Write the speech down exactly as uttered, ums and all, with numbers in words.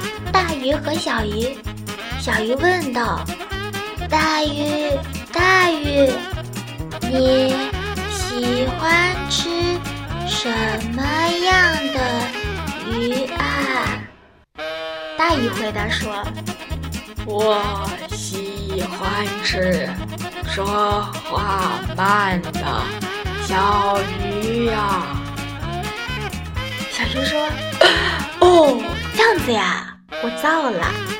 大鱼和小鱼。小鱼问道：大鱼，大鱼，你喜欢吃什么样的鱼啊？大鱼回答说： 我喜欢吃说话慢的小鱼呀。 小鱼说：哦，这样子呀，我知道了。